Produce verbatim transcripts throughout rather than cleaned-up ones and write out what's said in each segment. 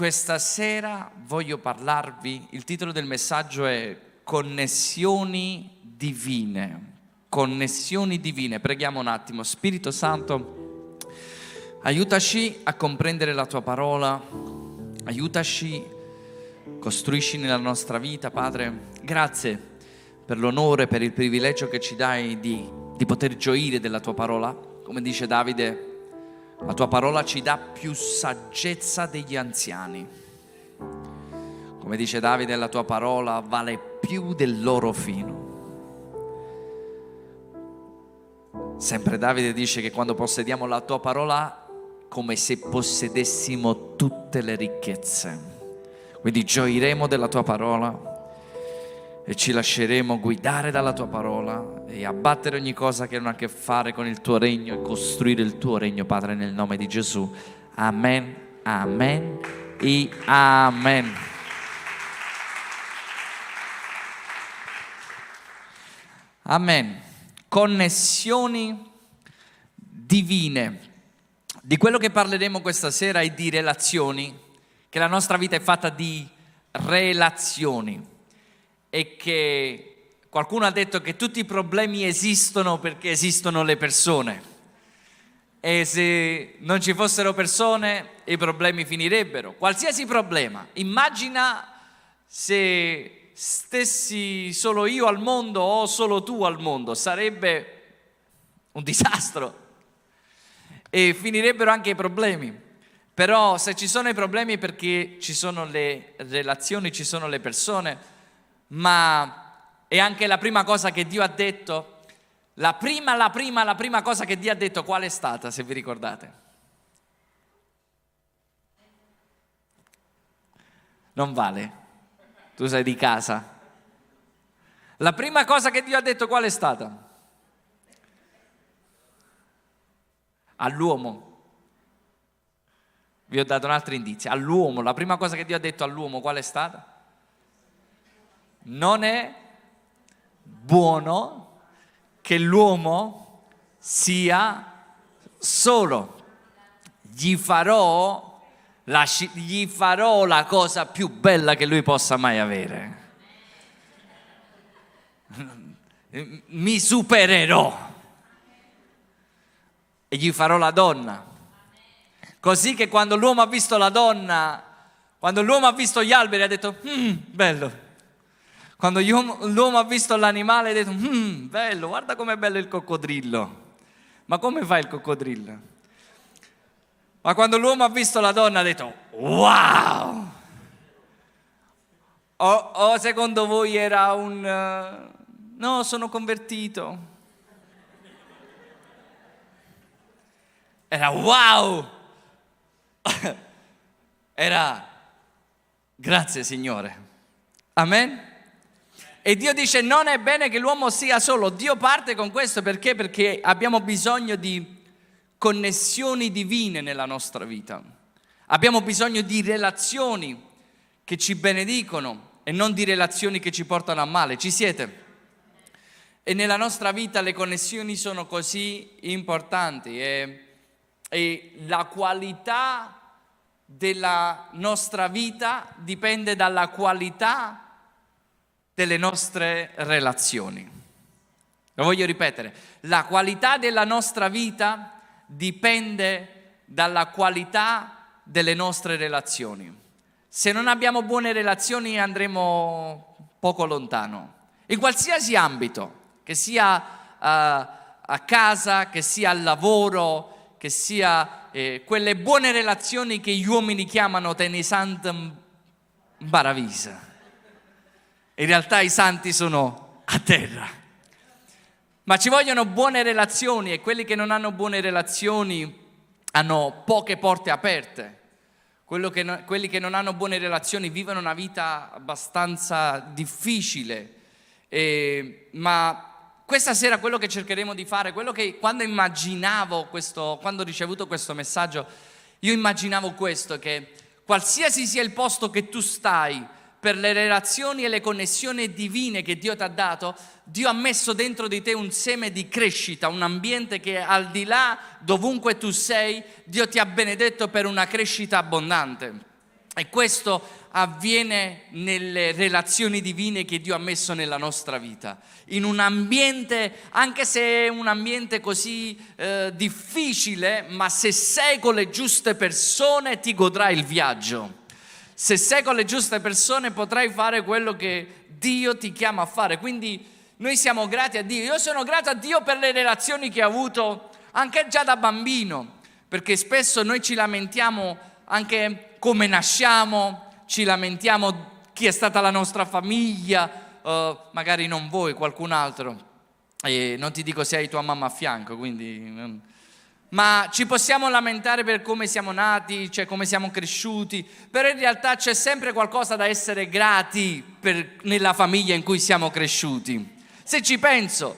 questa sera voglio parlarvi, il titolo del messaggio è Connessioni divine. Connessioni divine. Preghiamo un attimo. Spirito Santo, aiutaci a comprendere la tua parola, aiutaci, costruisci nella nostra vita, Padre. Grazie per l'onore, per il privilegio che ci dai di, di poter gioire della tua parola. Come dice Davide, la tua parola ci dà più saggezza degli anziani. Come dice Davide, la tua parola vale più del loro fino. Sempre Davide dice che quando possediamo la tua parola, come se possedessimo tutte le ricchezze. Quindi gioiremo della tua parola e ci lasceremo guidare dalla tua parola e abbattere ogni cosa che non ha a che fare con il tuo regno e costruire il tuo regno, Padre, nel nome di Gesù. Amen, amen e amen. Amen. Connessioni divine. Di quello che parleremo questa sera è di relazioni, che la nostra vita è fatta di relazioni. E che qualcuno ha detto che tutti i problemi esistono perché esistono le persone, e se non ci fossero persone i problemi finirebbero. Qualsiasi problema, immagina se stessi solo io al mondo o solo tu al mondo, sarebbe un disastro e finirebbero anche i problemi. Però se ci sono i problemi è perché ci sono le relazioni, ci sono le persone. Ma è anche la prima cosa che Dio ha detto. La prima, la prima, la prima cosa che Dio ha detto qual è stata, se vi ricordate? Non vale, tu sei di casa. La prima cosa che Dio ha detto qual è stata? All'uomo. Vi ho dato un altro indizio. All'uomo, la prima cosa che Dio ha detto all'uomo qual è stata? Non è buono che l'uomo sia solo. Gli farò la, gli farò la cosa più bella che lui possa mai avere. Mi supererò e gli farò la donna. Così che quando l'uomo ha visto la donna, quando l'uomo ha visto gli alberi ha detto, mm, bello. Quando l'uomo ha visto l'animale ha detto, mmm, bello, guarda com'è bello il coccodrillo. Ma come fa il coccodrillo? Ma quando l'uomo ha visto la donna ha detto, wow! O, o secondo voi era un, uh, no, sono convertito. Era wow! Era, grazie Signore. Amen? E Dio dice non è bene che l'uomo sia solo. Dio parte con questo perché? Perché abbiamo bisogno di connessioni divine nella nostra vita. Abbiamo bisogno di relazioni che ci benedicono e non di relazioni che ci portano a male. Ci siete? E nella nostra vita le connessioni sono così importanti e, e la qualità della nostra vita dipende dalla qualità delle nostre relazioni. Lo voglio ripetere, la qualità della nostra vita dipende dalla qualità delle nostre relazioni. Se non abbiamo buone relazioni andremo poco lontano, in qualsiasi ambito, che sia uh, a casa, che sia al lavoro, che sia eh, quelle buone relazioni che gli uomini chiamano tenisant baravisa. In realtà i santi sono a terra. Ma ci vogliono buone relazioni e quelli che non hanno buone relazioni hanno poche porte aperte. Quello che no, quelli che non hanno buone relazioni vivono una vita abbastanza difficile. Eh, ma questa sera quello che cercheremo di fare, quello che quando immaginavo questo, quando ho ricevuto questo messaggio, io immaginavo questo, che qualsiasi sia il posto che tu stai, per le relazioni e le connessioni divine che Dio ti ha dato, Dio ha messo dentro di te un seme di crescita, un ambiente che al di là, dovunque tu sei, Dio ti ha benedetto per una crescita abbondante. E questo avviene nelle relazioni divine che Dio ha messo nella nostra vita, in un ambiente, anche se è un ambiente così eh, difficile, ma se sei con le giuste persone ti godrai il viaggio. Se sei con le giuste persone potrai fare quello che Dio ti chiama a fare. Quindi noi siamo grati a Dio. Io sono grato a Dio per le relazioni che ho avuto anche già da bambino, perché spesso noi ci lamentiamo anche come nasciamo, ci lamentiamo chi è stata la nostra famiglia, uh, magari non voi, qualcun altro, e non ti dico se hai tua mamma a fianco, quindi... ma ci possiamo lamentare per come siamo nati, cioè come siamo cresciuti, però in realtà c'è sempre qualcosa da essere grati per, nella famiglia in cui siamo cresciuti. Se ci penso,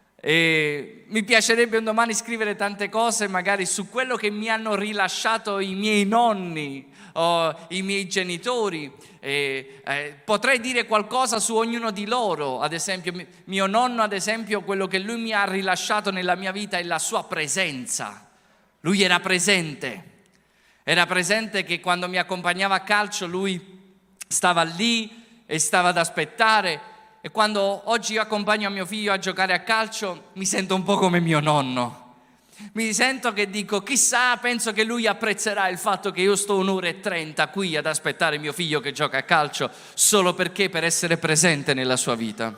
eh, mi piacerebbe un domani scrivere tante cose magari su quello che mi hanno rilasciato i miei nonni, o i miei genitori, eh, eh, potrei dire qualcosa su ognuno di loro. Ad esempio mio nonno, ad esempio, quello che lui mi ha rilasciato nella mia vita è la sua presenza. Lui era presente, era presente che quando mi accompagnava a calcio lui stava lì e stava ad aspettare, e quando oggi io accompagno mio figlio a giocare a calcio mi sento un po' come mio nonno. Mi sento che dico, chissà, penso che lui apprezzerà il fatto che io sto un'ora e trenta qui ad aspettare mio figlio che gioca a calcio solo perché, per essere presente nella sua vita.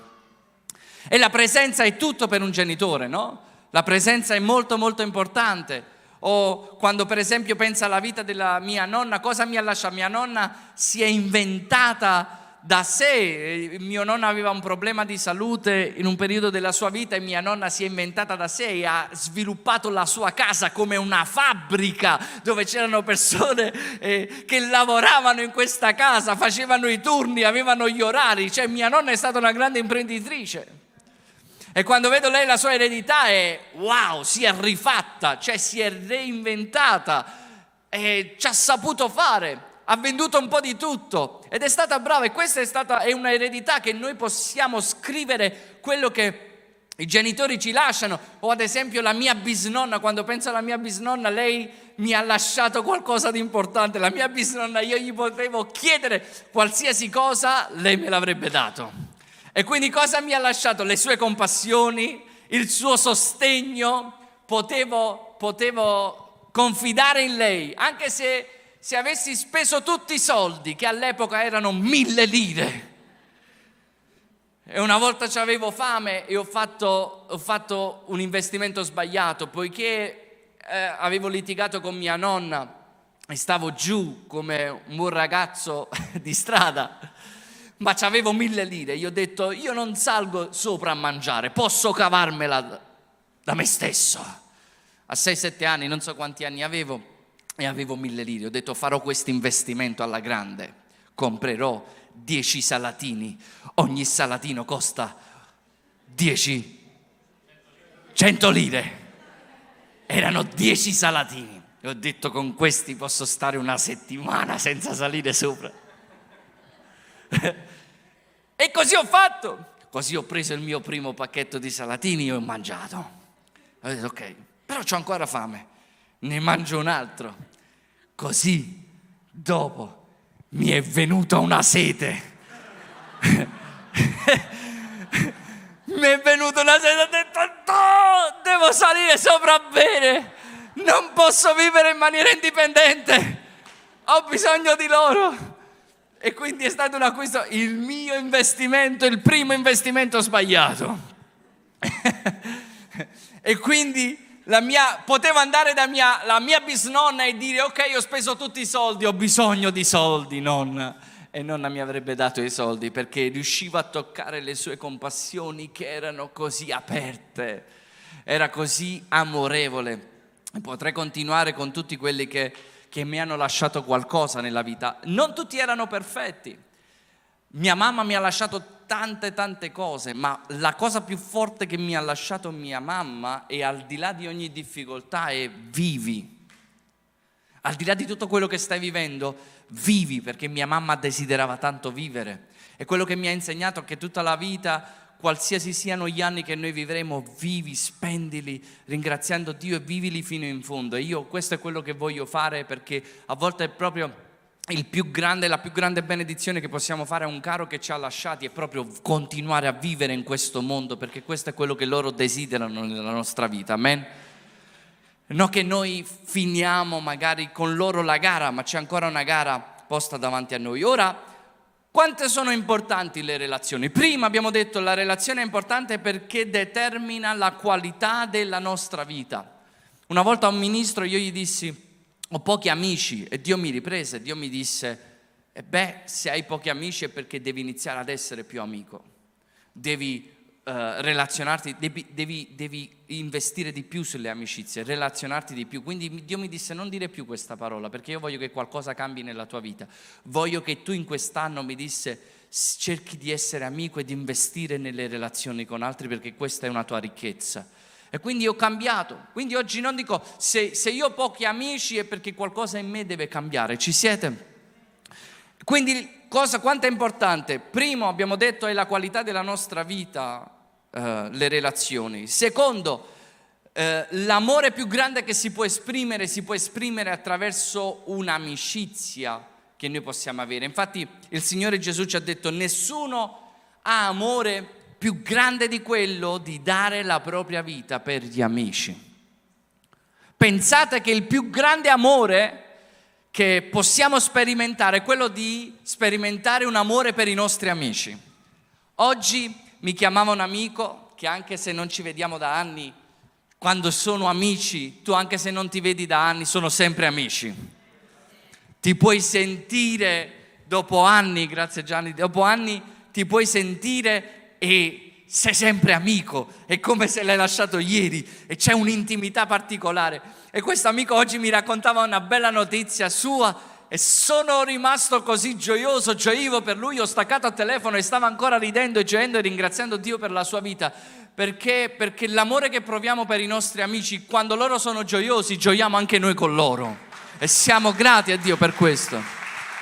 E la presenza è tutto per un genitore, no? La presenza è molto molto importante. O quando per esempio penso alla vita della mia nonna, cosa mi ha lasciato? Mia nonna si è inventata da sé. Mio nonno aveva un problema di salute in un periodo della sua vita e mia nonna si è inventata da sé e ha sviluppato la sua casa come una fabbrica dove c'erano persone eh, che lavoravano in questa casa, facevano i turni, avevano gli orari. Cioè mia nonna è stata una grande imprenditrice. E quando vedo lei la sua eredità è wow, si è rifatta, cioè si è reinventata e ci ha saputo fare. Ha venduto un po' di tutto ed è stata brava, e questa è stata è una eredità che noi possiamo scrivere quello che i genitori ci lasciano. O ad esempio la mia bisnonna, quando penso alla mia bisnonna, lei mi ha lasciato qualcosa di importante. La mia bisnonna, io gli potevo chiedere qualsiasi cosa, lei me l'avrebbe dato. E quindi cosa mi ha lasciato? Le sue compassioni, il suo sostegno. Potevo, potevo confidare in lei, anche se se avessi speso tutti i soldi, che all'epoca erano mille lire, e una volta avevo fame e ho fatto, ho fatto un investimento sbagliato, poiché eh, avevo litigato con mia nonna e stavo giù come un buon ragazzo di strada, ma c'avevo mille lire. Io ho detto, io non salgo sopra a mangiare, posso cavarmela da, da me stesso. A sei sette anni, non so quanti anni avevo, e avevo mille lire. Ho detto, farò questo investimento alla grande, comprerò dieci salatini, ogni salatino costa dieci, cento lire, erano dieci salatini, e ho detto, con questi posso stare una settimana senza salire sopra. E così ho fatto, così ho preso il mio primo pacchetto di salatini e ho mangiato. Ho detto, ok, però c'ho ancora fame, ne mangio un altro. Così dopo mi è venuta una sete. Mi è venuta una sete, ho detto, no, devo salire sopra bene, non posso vivere in maniera indipendente, ho bisogno di loro. E quindi è stato un acquisto, il mio investimento, il primo investimento sbagliato. E quindi la mia, potevo andare da mia, la mia bisnonna e dire, ok, ho speso tutti i soldi, ho bisogno di soldi, nonna. E nonna mi avrebbe dato i soldi, perché riuscivo a toccare le sue compassioni che erano così aperte, era così amorevole. E potrei continuare con tutti quelli che, che mi hanno lasciato qualcosa nella vita. Non tutti erano perfetti. Mia mamma mi ha lasciato tante tante cose, ma la cosa più forte che mi ha lasciato mia mamma, e al di là di ogni difficoltà, è vivi. Al di là di tutto quello che stai vivendo, vivi, perché mia mamma desiderava tanto vivere. E quello che mi ha insegnato è che tutta la vita, qualsiasi siano gli anni che noi vivremo, vivi, spendili ringraziando Dio e vivili fino in fondo. E io questo è quello che voglio fare, perché a volte è proprio il più grande, la più grande benedizione che possiamo fare a un caro che ci ha lasciati è proprio continuare a vivere in questo mondo, perché questo è quello che loro desiderano nella nostra vita, amen? Non che noi finiamo magari con loro la gara, ma c'è ancora una gara posta davanti a noi. Ora, quante sono importanti le relazioni? Prima abbiamo detto che la relazione è importante perché determina la qualità della nostra vita. Una volta a un ministro io gli dissi: ho pochi amici, e Dio mi riprese, Dio mi disse: e beh, se hai pochi amici è perché devi iniziare ad essere più amico, devi uh, relazionarti, devi, devi, devi investire di più sulle amicizie, relazionarti di più. Quindi Dio mi disse: non dire più questa parola, perché io voglio che qualcosa cambi nella tua vita, voglio che tu in quest'anno, mi disse, cerchi di essere amico e di investire nelle relazioni con altri, perché questa è una tua ricchezza. E quindi ho cambiato, quindi oggi non dico se, se io ho pochi amici è perché qualcosa in me deve cambiare, ci siete? Quindi cosa, quanto è importante? Primo abbiamo detto è la qualità della nostra vita, eh, le relazioni. Secondo, eh, l'amore più grande che si può esprimere, si può esprimere attraverso un'amicizia che noi possiamo avere. Infatti il Signore Gesù ci ha detto: nessuno ha amore più grande di quello di dare la propria vita per gli amici. Pensate che il più grande amore che possiamo sperimentare è quello di sperimentare un amore per i nostri amici. Oggi mi chiamava un amico che, anche se non ci vediamo da anni, quando sono amici, tu anche se non ti vedi da anni, sono sempre amici. Ti puoi sentire dopo anni, grazie Gianni, dopo anni ti puoi sentire e sei sempre amico, è come se l'hai lasciato ieri e c'è un'intimità particolare. E questo amico oggi mi raccontava una bella notizia sua e sono rimasto così gioioso, gioivo per lui, ho staccato il telefono e stava ancora ridendo e gioendo e ringraziando Dio per la sua vita, perché, perché l'amore che proviamo per i nostri amici, quando loro sono gioiosi, gioiamo anche noi con loro e siamo grati a Dio per questo.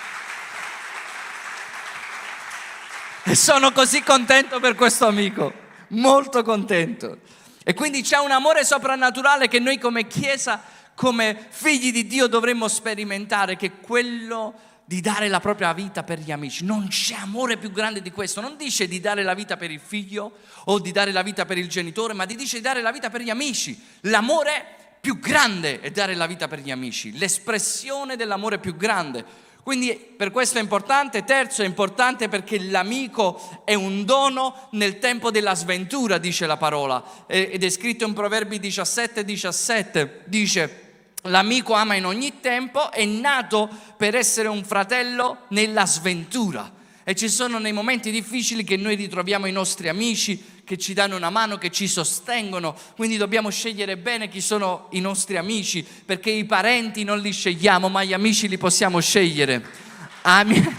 E sono così contento per questo amico, molto contento. E quindi c'è un amore soprannaturale che noi come Chiesa, come figli di Dio dovremmo sperimentare, che è quello di dare la propria vita per gli amici. Non c'è amore più grande di questo. Non dice di dare la vita per il figlio o di dare la vita per il genitore, ma di dice di dare la vita per gli amici. L'amore più grande è dare la vita per gli amici, l'espressione dell'amore più grande. Quindi per questo è importante. Terzo, è importante perché l'amico è un dono nel tempo della sventura, dice la parola, ed è scritto in Proverbi diciassette diciassette, dice: l'amico ama in ogni tempo, è nato per essere un fratello nella sventura. E ci sono nei momenti difficili che noi ritroviamo i nostri amici che ci danno una mano, che ci sostengono. Quindi dobbiamo scegliere bene chi sono i nostri amici, perché i parenti non li scegliamo, ma gli amici li possiamo scegliere. Ami...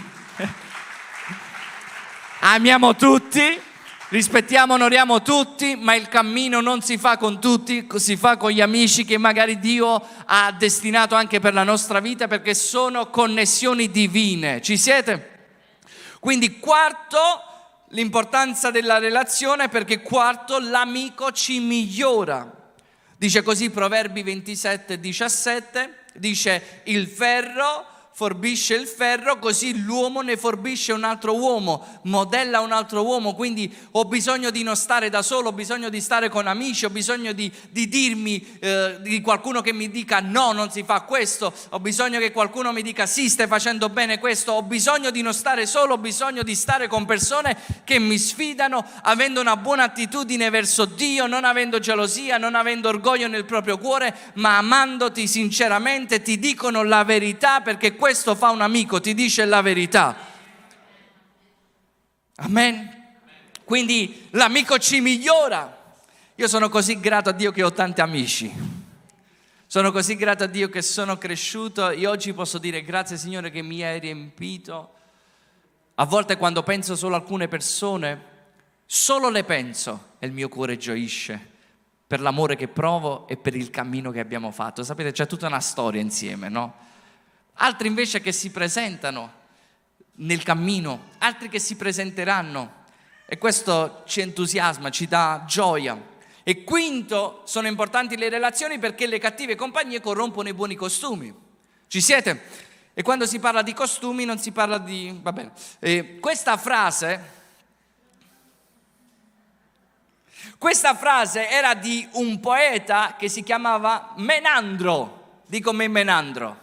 Amiamo tutti, rispettiamo, onoriamo tutti, ma il cammino non si fa con tutti, si fa con gli amici che magari Dio ha destinato anche per la nostra vita, perché sono connessioni divine. Ci siete? Quindi quarto, l'importanza della relazione, perché quarto, l'amico ci migliora. Dice così Proverbi ventisette diciassette, dice: il ferro forbisce il ferro, così l'uomo ne forbisce un altro uomo, modella un altro uomo. Quindi ho bisogno di non stare da solo, ho bisogno di stare con amici, ho bisogno di, di dirmi, eh, di qualcuno che mi dica no, non si fa questo, ho bisogno che qualcuno mi dica sì, stai facendo bene questo, ho bisogno di non stare solo, ho bisogno di stare con persone che mi sfidano, avendo una buona attitudine verso Dio, non avendo gelosia, non avendo orgoglio nel proprio cuore, ma amandoti sinceramente, ti dicono la verità, perché questo fa un amico, ti dice la verità. Amen. Quindi l'amico ci migliora. Io sono così grato a Dio che ho tanti amici. Sono così grato a Dio che sono cresciuto e oggi posso dire grazie Signore che mi hai riempito. A volte quando penso solo a alcune persone, solo le penso e il mio cuore gioisce per l'amore che provo e per il cammino che abbiamo fatto. Sapete, c'è tutta una storia insieme, no? Altri invece che si presentano nel cammino, altri che si presenteranno, e questo ci entusiasma, ci dà gioia. E quinto, sono importanti le relazioni perché le cattive compagnie corrompono i buoni costumi. Ci siete? E quando si parla di costumi non si parla di... va bene. Eh, questa frase, questa frase era di un poeta che si chiamava Menandro. Dico me Menandro.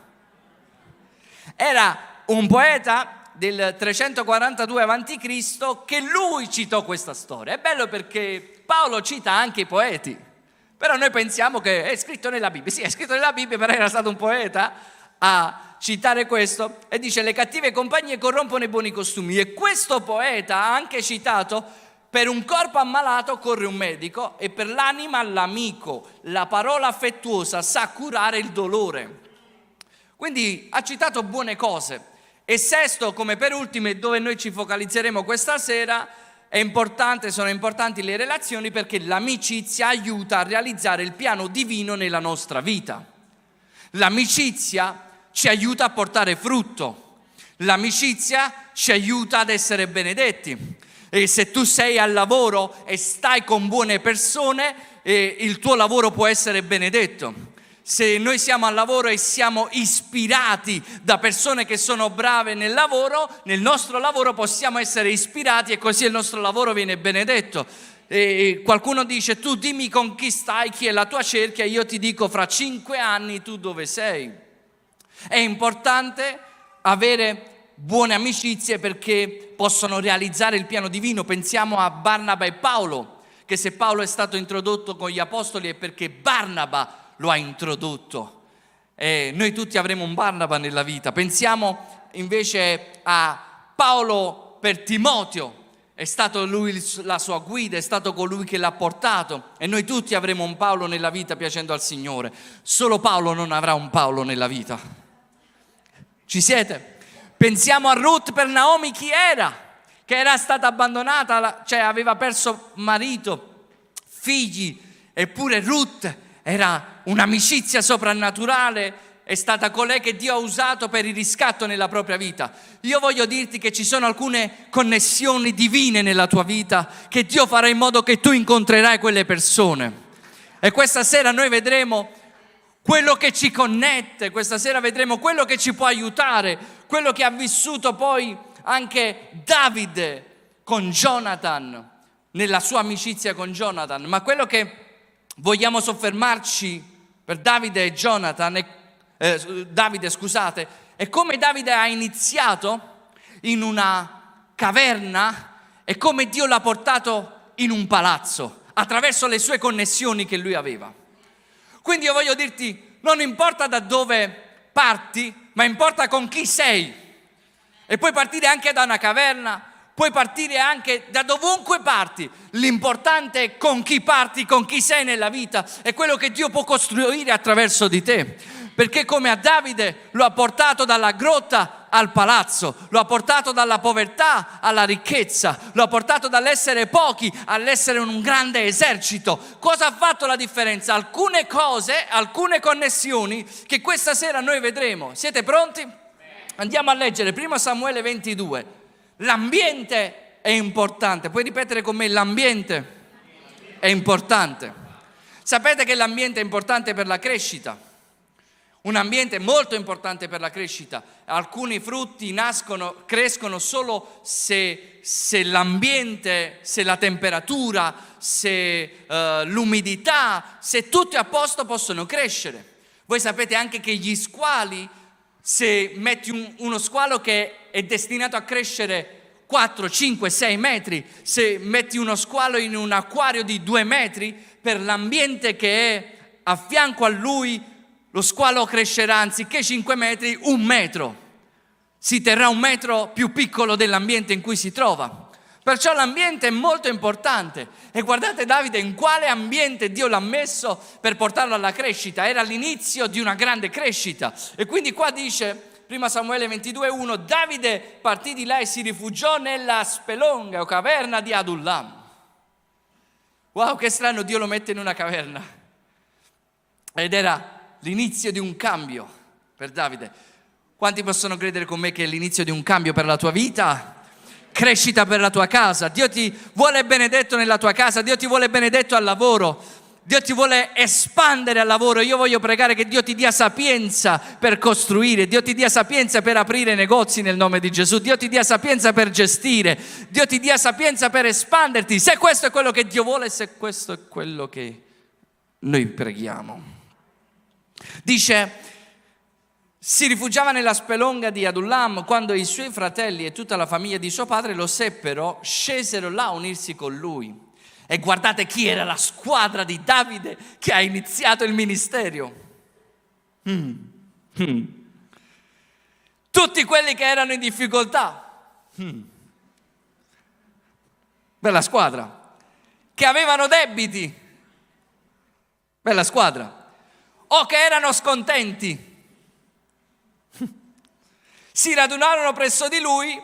Era un poeta del trecentoquarantadue avanti Cristo che lui citò questa storia. È bello perché Paolo cita anche i poeti, però noi pensiamo che è scritto nella Bibbia. Sì, è scritto nella Bibbia, però era stato un poeta a citare questo e dice: le cattive compagnie corrompono i buoni costumi. E questo poeta ha anche citato: per un corpo ammalato corre un medico e per l'anima l'amico. La parola affettuosa sa curare il dolore. Quindi ha citato buone cose. E sesto, come per ultimo, e dove noi ci focalizzeremo questa sera, è importante, sono importanti le relazioni, perché l'amicizia aiuta a realizzare il piano divino nella nostra vita. L'amicizia ci aiuta a portare frutto. L'amicizia ci aiuta ad essere benedetti. E se tu sei al lavoro e stai con buone persone, eh, il tuo lavoro può essere benedetto. Se noi siamo al lavoro e siamo ispirati da persone che sono brave nel lavoro, nel nostro lavoro possiamo essere ispirati e così il nostro lavoro viene benedetto. E qualcuno dice: tu dimmi con chi stai, chi è la tua cerchia, io ti dico fra cinque anni tu dove sei. È importante avere buone amicizie perché possono realizzare il piano divino. Pensiamo a Barnaba e Paolo, che se Paolo è stato introdotto con gli apostoli è perché Barnaba lo ha introdotto. E noi tutti avremo un Barnaba nella vita. Pensiamo invece a Paolo per Timoteo. È stato lui la sua guida, è stato colui che l'ha portato, e noi tutti avremo un Paolo nella vita piacendo al Signore. Solo Paolo non avrà un Paolo nella vita. Ci siete? Pensiamo a Ruth per Naomi. Chi era? Che era stata abbandonata, cioè aveva perso marito, figli, eppure Ruth era un'amicizia soprannaturale, è stata colei che Dio ha usato per il riscatto nella propria vita. Io voglio dirti che ci sono alcune connessioni divine nella tua vita, che Dio farà in modo che tu incontrerai quelle persone. E questa sera noi vedremo quello che ci connette, questa sera vedremo quello che ci può aiutare, quello che ha vissuto poi anche Davide con Jonathan, nella sua amicizia con Jonathan. Ma quello che vogliamo soffermarci per Davide e Jonathan, è, eh, Davide scusate, è come Davide ha iniziato in una caverna e come Dio l'ha portato in un palazzo attraverso le sue connessioni che lui aveva. Quindi io voglio dirti, non importa da dove parti, ma importa con chi sei. E puoi partire anche da una caverna, puoi partire anche da dovunque parti. L'importante è con chi parti, con chi sei nella vita, è quello che Dio può costruire attraverso di te. Perché come a Davide lo ha portato dalla grotta al palazzo, lo ha portato dalla povertà alla ricchezza, lo ha portato dall'essere pochi all'essere un grande esercito. Cosa ha fatto la differenza? Alcune cose, alcune connessioni che questa sera noi vedremo. Siete pronti? Andiamo a leggere primo Samuele ventidue. L'ambiente è importante. Puoi ripetere con me? L'ambiente è importante. Sapete che l'ambiente è importante per la crescita. Un ambiente molto importante per la crescita. Alcuni frutti nascono, crescono solo se, se l'ambiente, se la temperatura, se uh, l'umidità, se tutto è a posto possono crescere. Voi sapete anche che gli squali, se metti un, uno squalo che è destinato a crescere quattro, cinque, sei metri, se metti uno squalo in un acquario di due metri, per l'ambiente che è a fianco a lui, lo squalo crescerà anziché cinque metri, un metro. Si terrà un metro più piccolo dell'ambiente in cui si trova. Perciò l'ambiente è molto importante. E guardate Davide in quale ambiente Dio l'ha messo per portarlo alla crescita. Era l'inizio di una grande crescita. E quindi qua dice, primo Samuele ventidue uno, Davide partì di là e si rifugiò nella spelonga o caverna di Adullam. Wow, che strano, Dio lo mette in una caverna. Ed era l'inizio di un cambio per Davide. Quanti possono credere con me che è l'inizio di un cambio per la tua vita? Crescita per la tua casa. Dio ti vuole benedetto nella tua casa, Dio ti vuole benedetto al lavoro. Dio ti vuole espandere al lavoro. Io voglio pregare che Dio ti dia sapienza per costruire, Dio ti dia sapienza per aprire negozi nel nome di Gesù, Dio ti dia sapienza per gestire, Dio ti dia sapienza per espanderti. Se questo è quello che Dio vuole, se questo è quello che noi preghiamo. Dice, si rifugiava nella spelonga di Adullam. Quando i suoi fratelli e tutta la famiglia di suo padre lo seppero, scesero là a unirsi con lui. E guardate chi era la squadra di Davide che ha iniziato il ministero. Mm. Mm. Tutti quelli che erano in difficoltà. Mm. Bella squadra. Che avevano debiti. Bella squadra. O che erano scontenti. Si radunarono presso di lui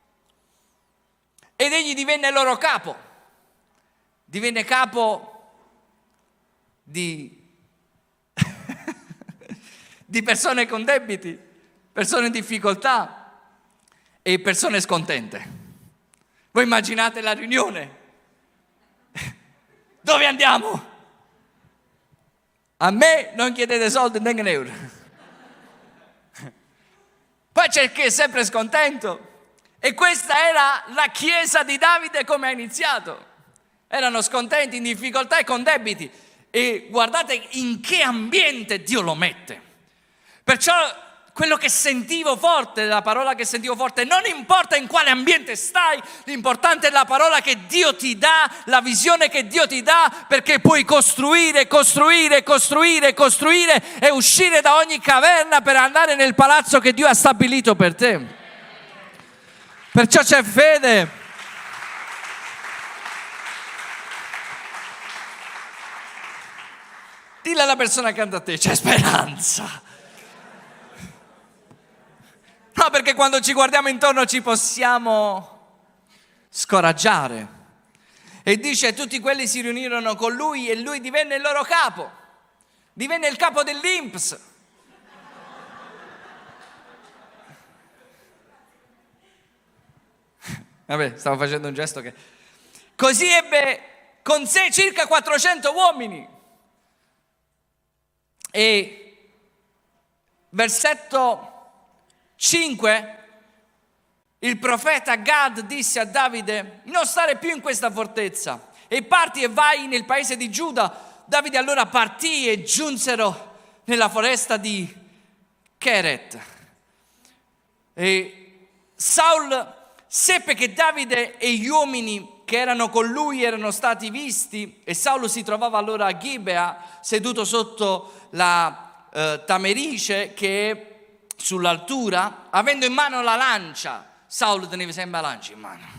ed egli divenne loro capo. Divenne capo di, di persone con debiti, persone in difficoltà e persone scontente. Voi immaginate la riunione? Dove andiamo? A me non chiedete soldi, neanche un euro. Poi c'è chi è sempre scontento. E questa era la chiesa di Davide come ha iniziato. Erano scontenti, in difficoltà e con debiti. E guardate in che ambiente Dio lo mette. Perciò quello che sentivo forte, la parola che sentivo forte, non importa in quale ambiente stai, l'importante è la parola che Dio ti dà, la visione che Dio ti dà, perché puoi costruire, costruire, costruire, costruire e uscire da ogni caverna per andare nel palazzo che Dio ha stabilito per te. Perciò c'è fede. Dille alla persona accanto a te, c'è speranza. No, perché quando ci guardiamo intorno ci possiamo scoraggiare. E dice, tutti quelli si riunirono con lui e lui divenne il loro capo. Divenne il capo dell'I N P S. Vabbè, stavo facendo un gesto che... Così ebbe con sé circa quattrocento uomini. E versetto cinque, il profeta Gad disse a Davide, non stare più in questa fortezza e parti e vai nel paese di Giuda. Davide allora partì e giunsero nella foresta di Keret. E Saul seppe che Davide e gli uomini che erano con lui erano stati visti, e Saulo si trovava allora a Gibea seduto sotto la eh, tamerice che è sull'altura, avendo in mano la lancia. Saulo teneva sempre la lancia in mano,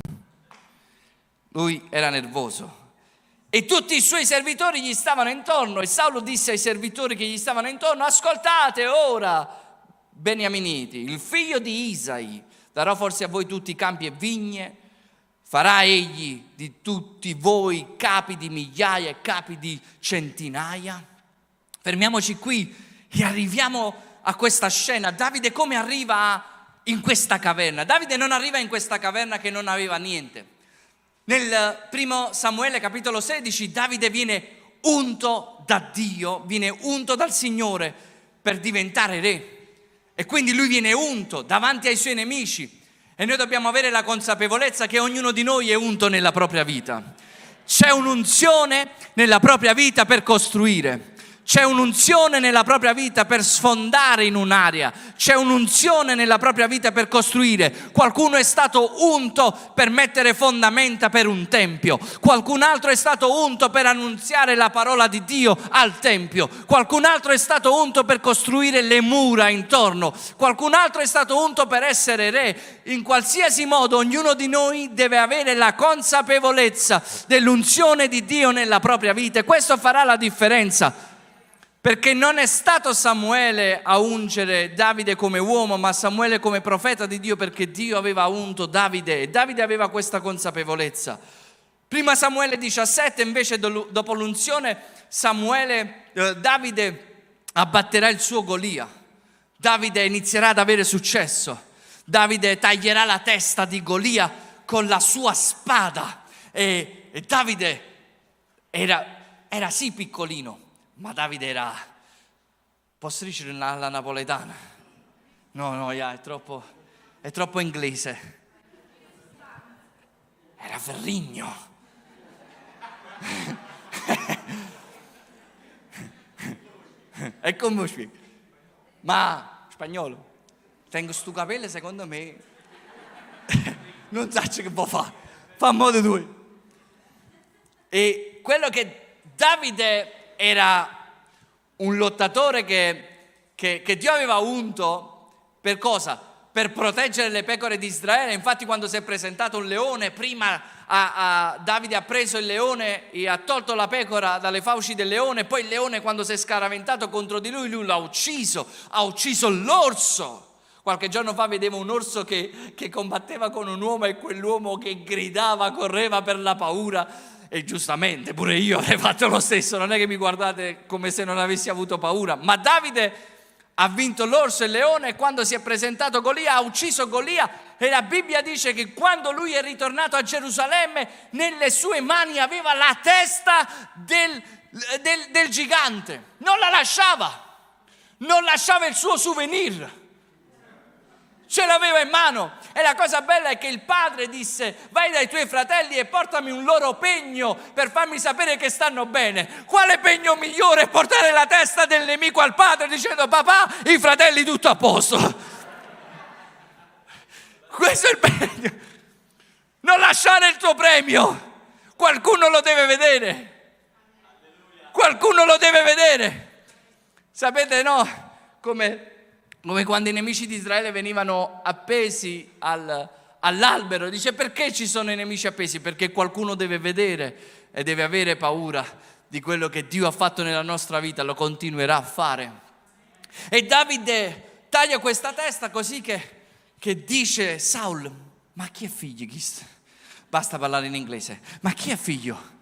lui era nervoso e tutti i suoi servitori gli stavano intorno. E Saulo disse ai servitori che gli stavano intorno, ascoltate ora, beniaminiti, il figlio di Isai darò forse a voi tutti campi e vigne. Farà egli di tutti voi capi di migliaia e capi di centinaia? Fermiamoci qui e arriviamo a questa scena. Davide come arriva in questa caverna? Davide non arriva in questa caverna che non aveva niente. Nel primo Samuele capitolo sedici Davide viene unto da Dio, viene unto dal Signore per diventare re. E quindi lui viene unto davanti ai suoi nemici. E noi dobbiamo avere la consapevolezza che ognuno di noi è unto nella propria vita. C'è un'unzione nella propria vita per costruire. C'è un'unzione nella propria vita per sfondare in un'area. C'è un'unzione nella propria vita per costruire. Qualcuno è stato unto per mettere fondamenta per un tempio. Qualcun altro è stato unto per annunziare la parola di Dio al tempio. Qualcun altro è stato unto per costruire le mura intorno. Qualcun altro è stato unto per essere re. In qualsiasi modo ognuno di noi deve avere la consapevolezza dell'unzione di Dio nella propria vita, e questo farà la differenza. Perché non è stato Samuele a ungere Davide come uomo, ma Samuele come profeta di Dio, perché Dio aveva unto Davide e Davide aveva questa consapevolezza. Prima Samuele diciassette, invece, dopo l'unzione, Samuele, eh, Davide abbatterà il suo Golia. Davide inizierà ad avere successo. Davide taglierà la testa di Golia con la sua spada. E, e Davide era... era sì piccolino, ma Davide era, posso dire la, la napoletana? No, no, yeah, è troppo, è troppo inglese. Era ferrigno. E come spiego? Ma spagnolo, tengo sto capello, secondo me non so che può fare, fa modo tuo. E quello che Davide era un lottatore che, che, che Dio aveva unto per cosa? Per proteggere le pecore di Israele. Infatti quando si è presentato un leone, prima a, a Davide ha preso il leone e ha tolto la pecora dalle fauci del leone, poi il leone quando si è scaraventato contro di lui, lui l'ha ucciso, ha ucciso l'orso. Qualche giorno fa vedevo un orso che, che combatteva con un uomo e quell'uomo che gridava, correva per la paura. E giustamente pure io avrei fatto lo stesso, non è che mi guardate come se non avessi avuto paura. Ma Davide ha vinto l'orso e il leone e quando si è presentato Golia ha ucciso Golia, e la Bibbia dice che quando lui è ritornato a Gerusalemme nelle sue mani aveva la testa del, del, del gigante, non la lasciava, non lasciava il suo souvenir, ce l'aveva in mano. E la cosa bella è che il padre disse: vai dai tuoi fratelli e portami un loro pegno per farmi sapere che stanno bene. Quale pegno migliore portare la testa del nemico al padre dicendo: papà, i fratelli tutto a posto. Questo è il pegno. Non lasciare il tuo premio, qualcuno lo deve vedere, qualcuno lo deve vedere. Sapete, no, come Come quando i nemici di Israele venivano appesi al, all'albero. Dice: perché ci sono i nemici appesi? Perché qualcuno deve vedere e deve avere paura di quello che Dio ha fatto nella nostra vita, lo continuerà a fare. E Davide taglia questa testa così che, che dice Saul: ma chi è figlio? Basta parlare in inglese. Ma chi è figlio?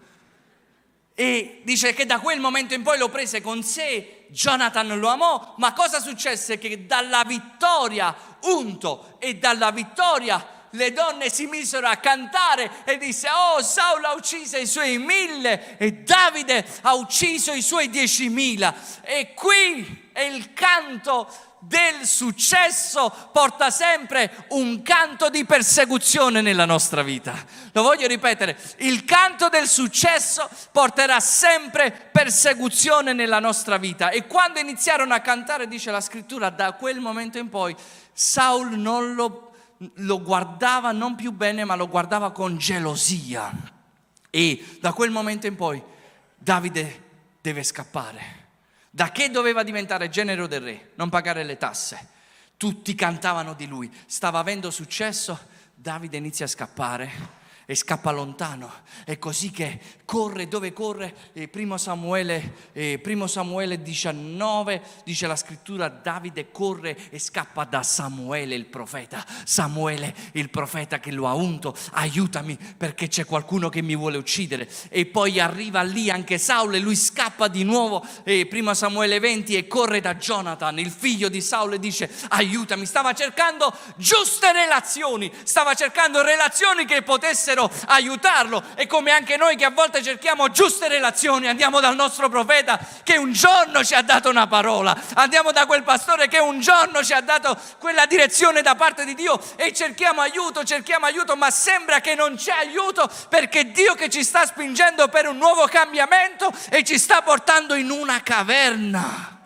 E dice che da quel momento in poi lo prese con sé, Jonathan lo amò, ma cosa successe? Che dalla vittoria unto e dalla vittoria le donne si misero a cantare e disse: oh, Saul ha ucciso i suoi mille e Davide ha ucciso i suoi diecimila. E qui è il canto del successo, porta sempre un canto di persecuzione nella nostra vita. Lo voglio ripetere: il canto del successo porterà sempre persecuzione nella nostra vita. E quando iniziarono a cantare, dice la scrittura, da quel momento in poi Saul non lo, lo guardava non più bene, ma lo guardava con gelosia. E da quel momento in poi Davide deve scappare. Da che doveva diventare genero del re, non pagare le tasse. Tutti cantavano di lui, stava avendo successo. Davide inizia a scappare e scappa lontano. È così che corre, dove corre? Eh, primo Samuele, eh, primo Samuele diciannove, dice la scrittura: Davide corre e scappa da Samuele il profeta. Samuele il profeta che lo ha unto: aiutami perché c'è qualcuno che mi vuole uccidere. E poi arriva lì anche Saul e lui scappa di nuovo, eh, primo Samuele venti, e corre da Jonathan, il figlio di Saul, e dice: aiutami. Stava cercando giuste relazioni, stava cercando relazioni che potessero aiutarlo. E come anche noi che a volte cerchiamo giuste relazioni, andiamo dal nostro profeta che un giorno ci ha dato una parola, andiamo da quel pastore che un giorno ci ha dato quella direzione da parte di Dio e cerchiamo aiuto, cerchiamo aiuto, ma sembra che non c'è aiuto, perché è Dio che ci sta spingendo per un nuovo cambiamento e ci sta portando in una caverna.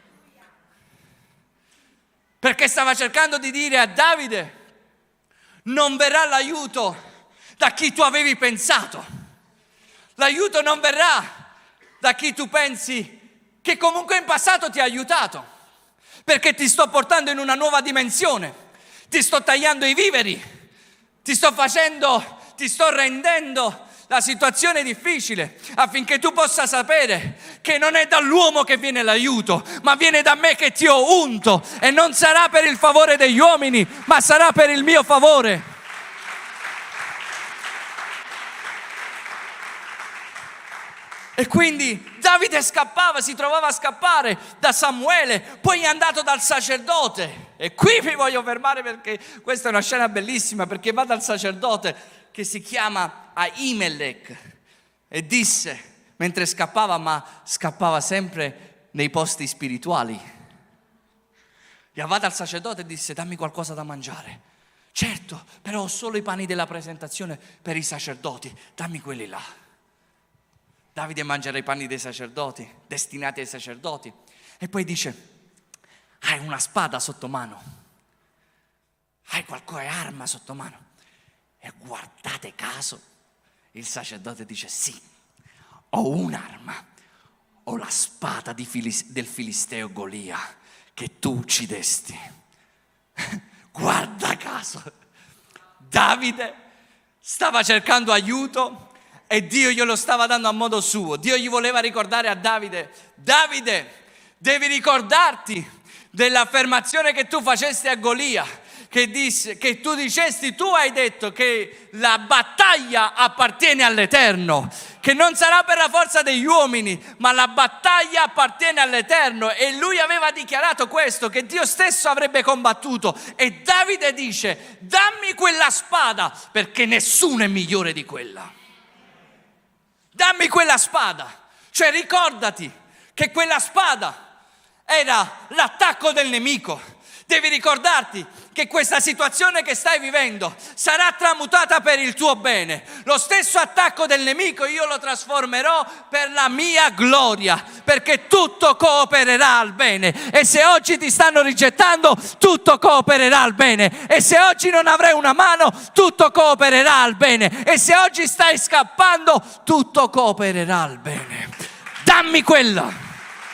Perché stava cercando di dire a Davide: non verrà l'aiuto da chi tu avevi pensato, l'aiuto non verrà da chi tu pensi che comunque in passato ti ha aiutato, perché ti sto portando in una nuova dimensione, ti sto tagliando i viveri, ti sto facendo, ti sto rendendo la situazione difficile, affinché tu possa sapere che non è dall'uomo che viene l'aiuto, ma viene da me che ti ho unto, e non sarà per il favore degli uomini, ma sarà per il mio favore. E quindi Davide scappava, si trovava a scappare da Samuele, poi è andato dal sacerdote. E qui mi voglio fermare perché questa è una scena bellissima, perché va dal sacerdote che si chiama Ahimelech e disse, mentre scappava, ma scappava sempre nei posti spirituali. Chiamava al sacerdote e disse: dammi qualcosa da mangiare. Certo, però ho solo i pani della presentazione per i sacerdoti, dammi quelli là. Davide mangerà i pani dei sacerdoti, destinati ai sacerdoti. E poi dice: hai una spada sotto mano? Hai qualche arma sotto mano? E guardate caso, il sacerdote dice: sì, ho un'arma, ho la spada di Filis- del filisteo Golia che tu uccidesti. Guarda caso, Davide stava cercando aiuto e Dio glielo stava dando a modo suo. Dio gli voleva ricordare a Davide: Davide, devi ricordarti dell'affermazione che tu facesti a Golia, che, disse, che tu dicesti, tu hai detto che la battaglia appartiene all'Eterno, che non sarà per la forza degli uomini, ma la battaglia appartiene all'Eterno. E lui aveva dichiarato questo, che Dio stesso avrebbe combattuto. E Davide dice: dammi quella spada, perché nessuno è migliore di quella. Dammi quella spada. Cioè ricordati che quella spada era l'attacco del nemico. Devi ricordarti che questa situazione che stai vivendo sarà tramutata per il tuo bene. Lo stesso attacco del nemico io lo trasformerò per la mia gloria, perché tutto coopererà al bene. E se oggi ti stanno rigettando, tutto coopererà al bene. E se oggi non avrai una mano, tutto coopererà al bene. E se oggi stai scappando, tutto coopererà al bene. Dammi quella.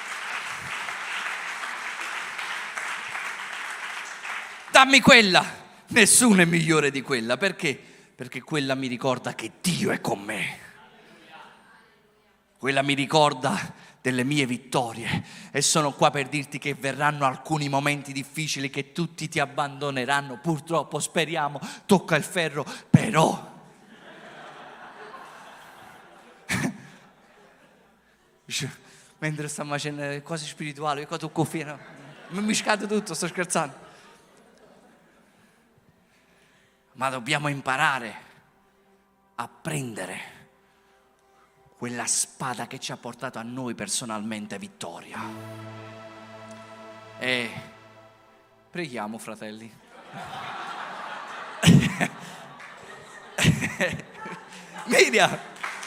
Dammi quella, nessuno è migliore di quella. Perché? Perché quella mi ricorda che Dio è con me. Quella mi ricorda delle mie vittorie. E sono qua per dirti che verranno alcuni momenti difficili, che tutti ti abbandoneranno. Purtroppo, speriamo, tocca il ferro, però mentre stiamo facendo cose spirituali, qua tocco fino, mi scade tutto, sto scherzando. Ma dobbiamo imparare a prendere quella spada che ci ha portato a noi personalmente vittoria. E preghiamo, fratelli. Miriam.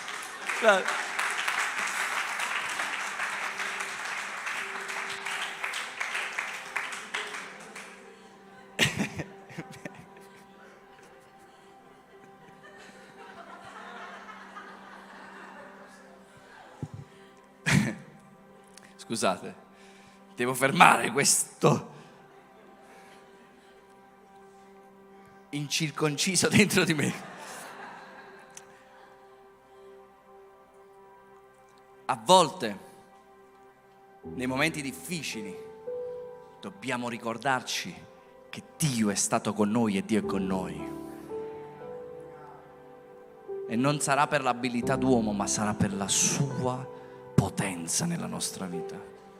Scusate, devo fermare questo incirconciso dentro di me. A volte, nei momenti difficili, dobbiamo ricordarci che Dio è stato con noi e Dio è con noi. E non sarà per l'abilità d'uomo, ma sarà per la sua potenza nella nostra vita.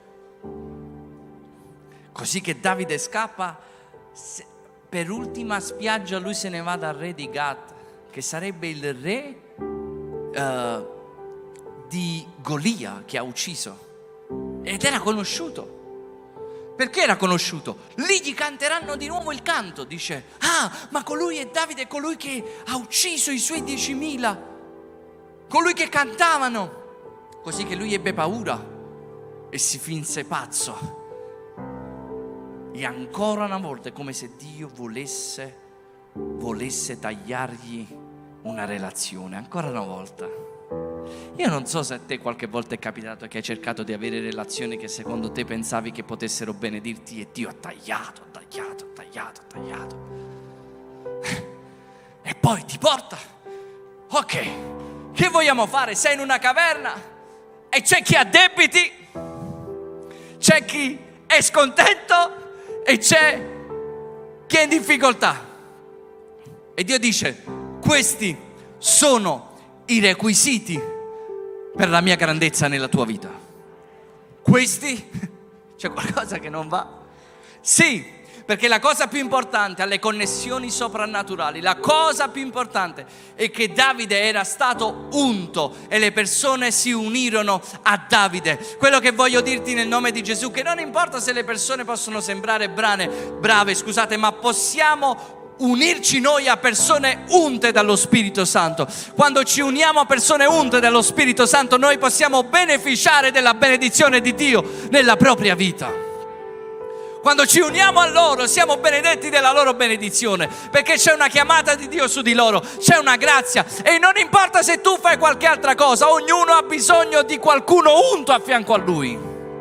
Così che Davide scappa, per ultima spiaggia lui se ne va dal re di Gat, che sarebbe il re uh, di Golia che ha ucciso, ed era conosciuto. Perché era conosciuto? Lì gli canteranno di nuovo il canto. Dice: ah, ma colui è Davide, colui che ha ucciso i suoi diecimila, colui che cantavano. Così che lui ebbe paura e si finse pazzo. E ancora una volta è come se Dio volesse, volesse tagliargli una relazione. Ancora una volta. Io non so se a te qualche volta è capitato che hai cercato di avere relazioni che secondo te pensavi che potessero benedirti e Dio ha tagliato, ha tagliato, ha tagliato, ha tagliato. E poi ti porta. Ok, che vogliamo fare? Sei in una caverna e c'è chi ha debiti, c'è chi è scontento e c'è chi è in difficoltà. E Dio dice: questi sono i requisiti per la mia grandezza nella tua vita. Questi, c'è qualcosa che non va? Sì, Perché la cosa più importante alle connessioni soprannaturali, la cosa più importante è che Davide era stato unto e le persone si unirono a Davide. Quello che voglio dirti nel nome di Gesù, che non importa se le persone possono sembrare brane, brave, scusate, ma possiamo unirci noi a persone unte dallo Spirito Santo. Quando ci uniamo a persone unte dallo Spirito Santo, noi possiamo beneficiare della benedizione di Dio nella propria vita. Quando ci uniamo a loro, siamo benedetti della loro benedizione, perché c'è una chiamata di Dio su di loro, c'è una grazia, e non importa se tu fai qualche altra cosa, ognuno ha bisogno di qualcuno unto a fianco a lui.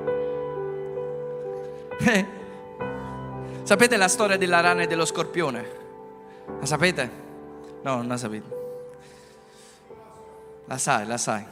Eh. Sapete la storia della rana e dello scorpione? La sapete? No, non la sapete. La sai, la sai.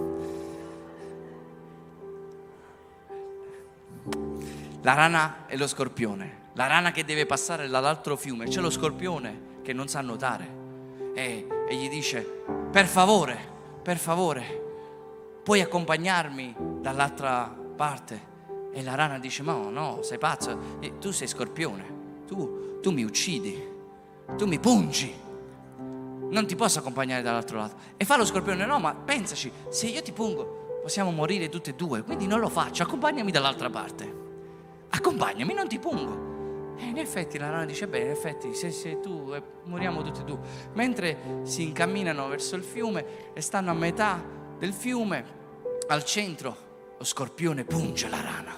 La rana e lo scorpione. La rana che deve passare dall'altro fiume. C'è lo scorpione che non sa nuotare e, e gli dice: per favore, per favore, puoi accompagnarmi dall'altra parte? E la rana dice: ma no, no, sei pazzo, tu sei scorpione, tu, tu mi uccidi, tu mi pungi, non ti posso accompagnare dall'altro lato. E fa lo scorpione: no, ma pensaci, se io ti pungo possiamo morire tutti e due, quindi non lo faccio, accompagnami dall'altra parte, accompagnami, non ti pungo. E in effetti la rana dice: bene, in effetti se, se tu eh, moriamo tutti e due. Mentre si incamminano verso il fiume e stanno a metà del fiume, al centro lo scorpione punge la rana.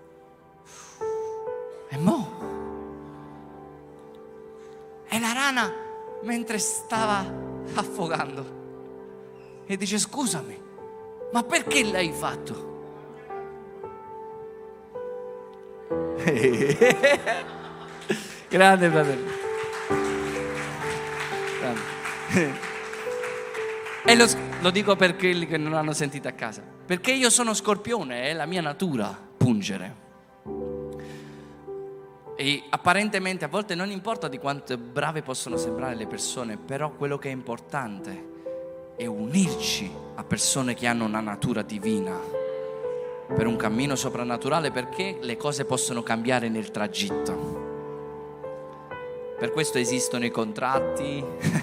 E mo? E la rana, mentre stava affogando, e dice: scusami, ma perché l'hai fatto? Grande fratello. Grande. E lo, lo dico per quelli che non hanno sentito a casa, perché io sono scorpione, è la mia natura pungere. E apparentemente a volte non importa di quanto brave possono sembrare le persone, però quello che è importante è unirci a persone che hanno una natura divina per un cammino soprannaturale, perché le cose possono cambiare nel tragitto. Per questo esistono i contratti.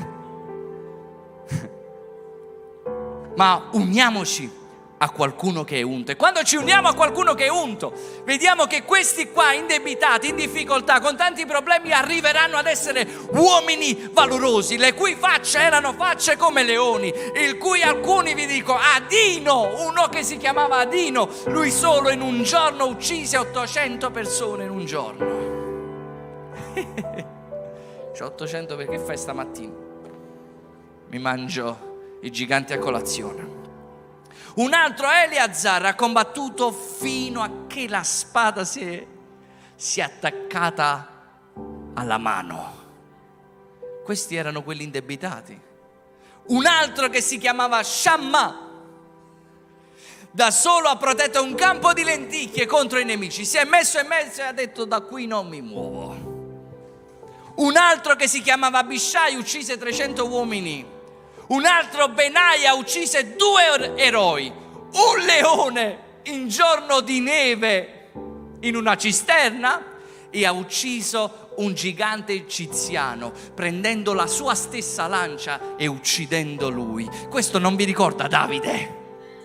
Ma uniamoci a qualcuno che è unto. E quando ci uniamo a qualcuno che è unto, vediamo che questi qua indebitati, in difficoltà, con tanti problemi, arriveranno ad essere uomini valorosi, le cui facce erano facce come leoni, il cui alcuni, vi dico, Adino, uno che si chiamava Adino, lui solo in un giorno uccise ottocento persone in un giorno. C'ho ottocento perché fai stamattina? Mi mangio i giganti a colazione. Un altro, Eleazar, ha combattuto fino a che la spada si è, si è attaccata alla mano. Questi erano quelli indebitati. Un altro che si chiamava Shamma, da solo ha protetto un campo di lenticchie contro i nemici, si è messo in mezzo e ha detto: da qui non mi muovo. Un altro che si chiamava Abishai uccise trecento uomini. Un altro, Benaia, uccise due eroi, un leone in giorno di neve in una cisterna, e ha ucciso un gigante egiziano prendendo la sua stessa lancia e uccidendo lui. Questo non vi ricorda Davide?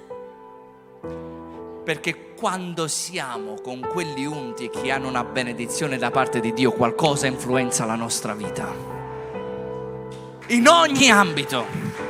Perché quando siamo con quelli unti che hanno una benedizione da parte di Dio, qualcosa influenza la nostra vita in ogni ambito.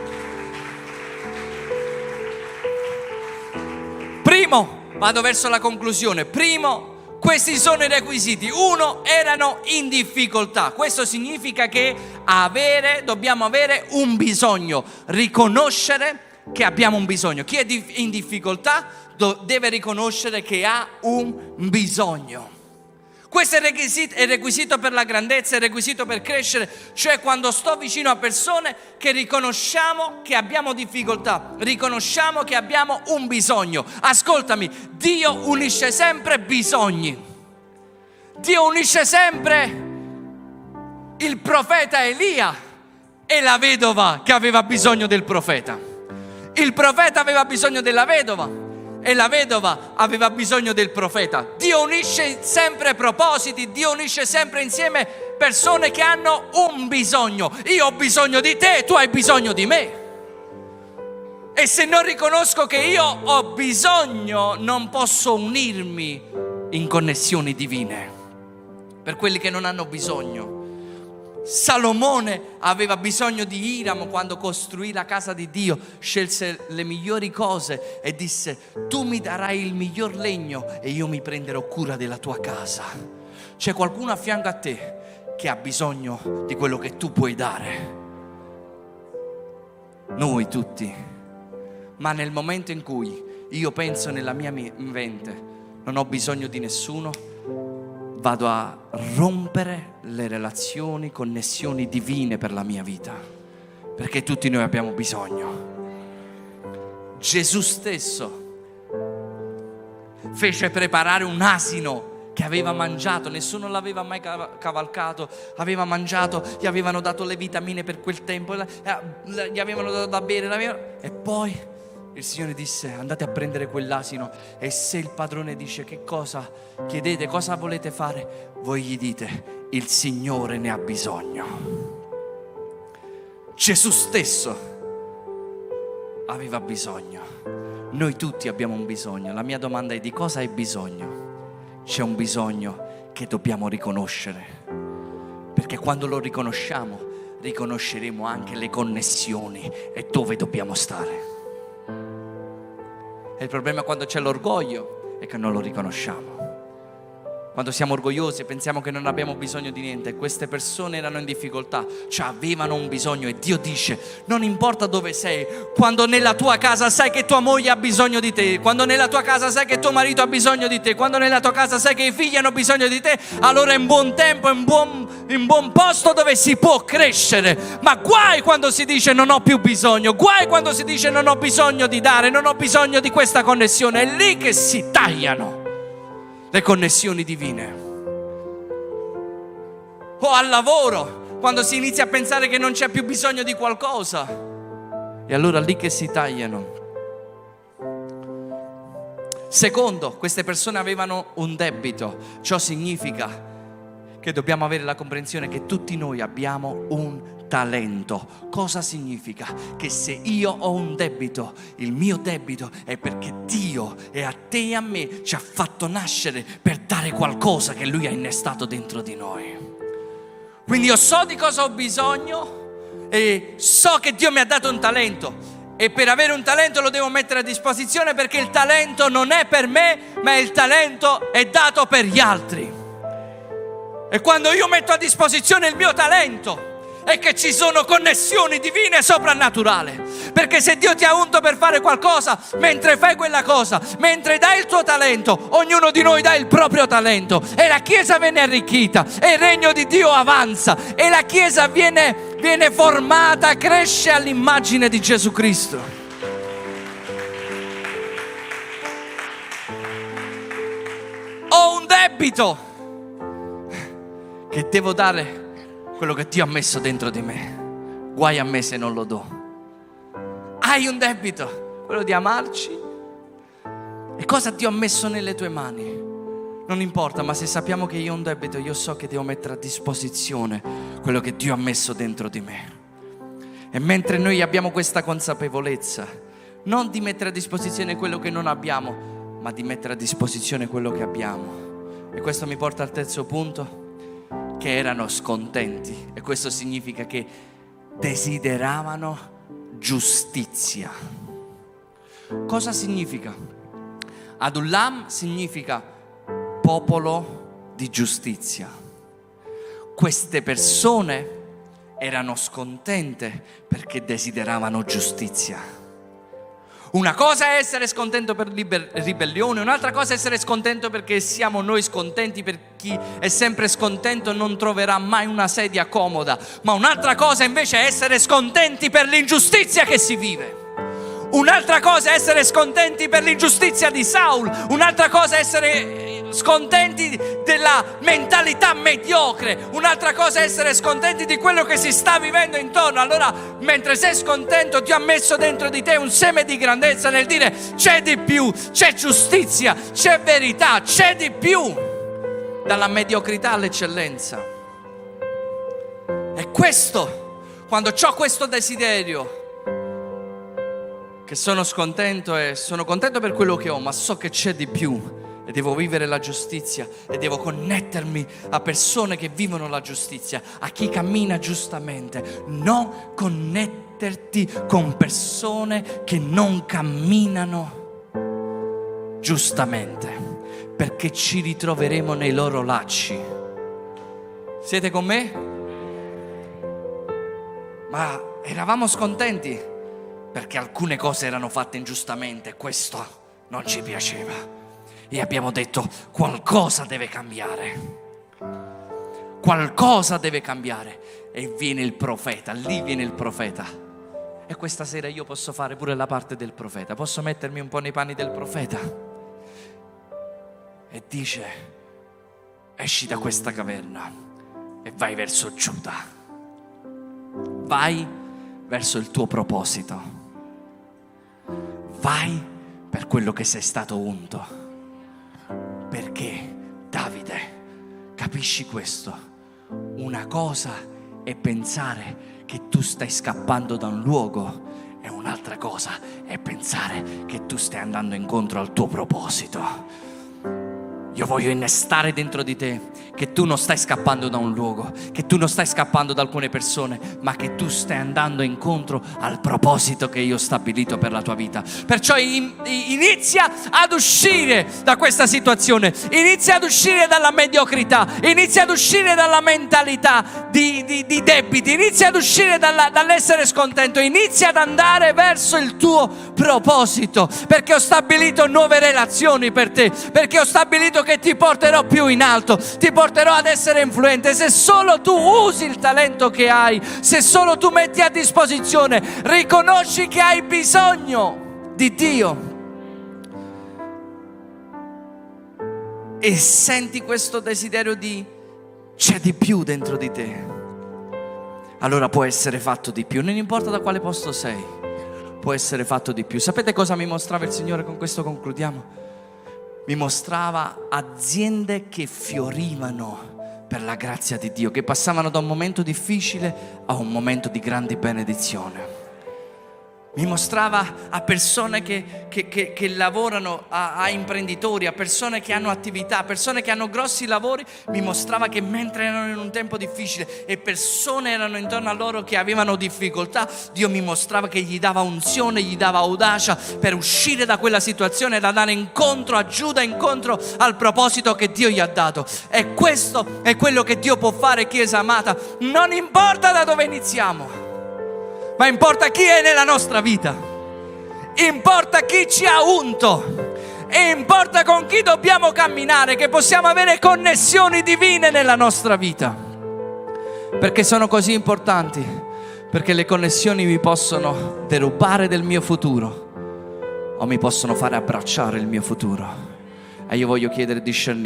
Primo, vado verso la conclusione. Primo, questi sono i requisiti. Uno, erano in difficoltà. Questo significa che avere, dobbiamo avere un bisogno, riconoscere che abbiamo un bisogno. Chi è in difficoltà deve riconoscere che ha un bisogno. Questo è il requisito, è il requisito per la grandezza, è il requisito per crescere, cioè quando sto vicino a persone che riconosciamo che abbiamo difficoltà, riconosciamo che abbiamo un bisogno. Ascoltami, Dio unisce sempre bisogni. Dio unisce sempre il profeta Elia e la vedova che aveva bisogno del profeta. Il profeta aveva bisogno della vedova, e la vedova aveva bisogno del profeta. Dio unisce sempre propositi, Dio unisce sempre insieme persone che hanno un bisogno. Io ho bisogno di te, tu hai bisogno di me. E se non riconosco che io ho bisogno, non posso unirmi in connessioni divine. Per quelli che non hanno bisogno, Salomone aveva bisogno di Iramo quando costruì la casa di Dio, scelse le migliori cose e disse: tu mi darai il miglior legno e io mi prenderò cura della tua casa. C'è qualcuno a fianco a te che ha bisogno di quello che tu puoi dare. Noi tutti. Ma nel momento in cui io penso nella mia mente non ho bisogno di nessuno, vado a rompere le relazioni, connessioni divine per la mia vita, perché tutti noi abbiamo bisogno. Gesù stesso fece preparare un asino che aveva mangiato, nessuno l'aveva mai cavalcato, aveva mangiato, gli avevano dato le vitamine per quel tempo, gli avevano dato da bere, e poi il Signore disse: andate a prendere quell'asino, e se il padrone dice che cosa chiedete, cosa volete fare, voi gli dite: il Signore ne ha bisogno. Gesù stesso aveva bisogno. Noi tutti abbiamo un bisogno. La mia domanda è: di cosa hai bisogno? C'è un bisogno che dobbiamo riconoscere, perché quando lo riconosciamo riconosceremo anche le connessioni e dove dobbiamo stare. E il problema quando c'è l'orgoglio è che non lo riconosciamo. Quando siamo orgogliosi e pensiamo che non abbiamo bisogno di niente. Queste persone erano in difficoltà, cioè avevano un bisogno, e Dio dice: non importa dove sei, quando nella tua casa sai che tua moglie ha bisogno di te, quando nella tua casa sai che tuo marito ha bisogno di te, quando nella tua casa sai che i figli hanno bisogno di te, allora è un buon tempo, è un buon, un buon posto dove si può crescere. Ma guai quando si dice non ho più bisogno, guai quando si dice non ho bisogno di dare, non ho bisogno di questa connessione. È lì che si tagliano le connessioni divine. O al lavoro, quando si inizia a pensare che non c'è più bisogno di qualcosa, e allora lì che si tagliano. Secondo, queste persone avevano un debito. Ciò significa che dobbiamo avere la comprensione che tutti noi abbiamo un talento. Cosa significa? Che se io ho un debito, il mio debito è perché Dio e a te e a me ci ha fatto nascere per dare qualcosa che Lui ha innestato dentro di noi. Quindi io so di cosa ho bisogno e so che Dio mi ha dato un talento, e per avere un talento lo devo mettere a disposizione, perché il talento non è per me, ma il talento è dato per gli altri. E quando io metto a disposizione il mio talento è che ci sono connessioni divine soprannaturali. Perché se Dio ti ha unto per fare qualcosa, mentre fai quella cosa, mentre dai il tuo talento, ognuno di noi dà il proprio talento, e la Chiesa viene arricchita, e il regno di Dio avanza, e la Chiesa viene, viene formata, cresce all'immagine di Gesù Cristo. Ho un debito che devo dare quello che Dio ha messo dentro di me. Guai a me se non lo do. Hai un debito, quello di amarci. E cosa Dio ha messo nelle tue mani? Non importa, ma se sappiamo che io ho un debito, io so che devo mettere a disposizione quello che Dio ha messo dentro di me. E mentre noi abbiamo questa consapevolezza, non di mettere a disposizione quello che non abbiamo, ma di mettere a disposizione quello che abbiamo. E questo mi porta al terzo punto: che erano scontenti. E questo significa che desideravano giustizia. Cosa significa? Adullam significa popolo di giustizia. Queste persone erano scontente perché desideravano giustizia. Una cosa è essere scontento per liber- ribellione, un'altra cosa è essere scontento perché siamo noi scontenti. Per chi è sempre scontento non troverà mai una sedia comoda. Ma un'altra cosa invece è essere scontenti per l'ingiustizia che si vive. Un'altra cosa è essere scontenti per l'ingiustizia di Saul. Un'altra cosa è essere scontenti della mentalità mediocre, un'altra cosa è essere scontenti di quello che si sta vivendo intorno. Allora, mentre sei scontento, Dio ha messo dentro di te un seme di grandezza nel dire: c'è di più, c'è giustizia, c'è verità, c'è di più, dalla mediocrità all'eccellenza. E questo, quando ho questo desiderio, che sono scontento e sono contento per quello che ho, ma so che c'è di più e devo vivere la giustizia e devo connettermi a persone che vivono la giustizia, a chi cammina giustamente. Non connetterti con persone che non camminano giustamente, perché ci ritroveremo nei loro lacci. Siete con me? Ma eravamo scontenti perché alcune cose erano fatte ingiustamente, questo non ci piaceva e abbiamo detto: qualcosa deve cambiare, qualcosa deve cambiare. E viene il profeta, lì viene il profeta, e questa sera io posso fare pure la parte del profeta, posso mettermi un po' nei panni del profeta, e dice: esci da questa caverna e vai verso Giuda, vai verso il tuo proposito, vai per quello che sei stato unto. Perché, Davide, capisci questo? Una cosa è pensare che tu stai scappando da un luogo e un'altra cosa è pensare che tu stai andando incontro al tuo proposito. Io voglio innestare dentro di te che tu non stai scappando da un luogo, che tu non stai scappando da alcune persone, ma che tu stai andando incontro al proposito che io ho stabilito per la tua vita. Perciò in, inizia ad uscire da questa situazione, inizia ad uscire dalla mediocrità, inizia ad uscire dalla mentalità di, di, di debiti, inizia ad uscire dalla, dall'essere scontento, inizia ad andare verso il tuo proposito, perché ho stabilito nuove relazioni per te, perché ho stabilito che ti porterò più in alto, ti porterò ad essere influente. Se solo tu usi il talento che hai, se solo tu metti a disposizione, riconosci che hai bisogno di Dio e senti questo desiderio di c'è di più dentro di te, allora può essere fatto di più, non importa da quale posto sei, può essere fatto di più. Sapete cosa mi mostrava il Signore? Con questo concludiamo. Mi mostrava aziende che fiorivano per la grazia di Dio, che passavano da un momento difficile a un momento di grande benedizione. Mi mostrava a persone che, che, che, che lavorano, a, a imprenditori, a persone che hanno attività, a persone che hanno grossi lavori. Mi mostrava che mentre erano in un tempo difficile e persone erano intorno a loro che avevano difficoltà, Dio mi mostrava che gli dava unzione, gli dava audacia per uscire da quella situazione, da andare incontro a Giuda, incontro al proposito che Dio gli ha dato. E questo è quello che Dio può fare, Chiesa amata. Non importa da dove iniziamo, ma importa chi è nella nostra vita, importa chi ci ha unto e importa con chi dobbiamo camminare, che possiamo avere connessioni divine nella nostra vita. Perché sono così importanti? Perché le connessioni mi possono derubare del mio futuro o mi possono fare abbracciare il mio futuro. E io voglio chiedere discernimento.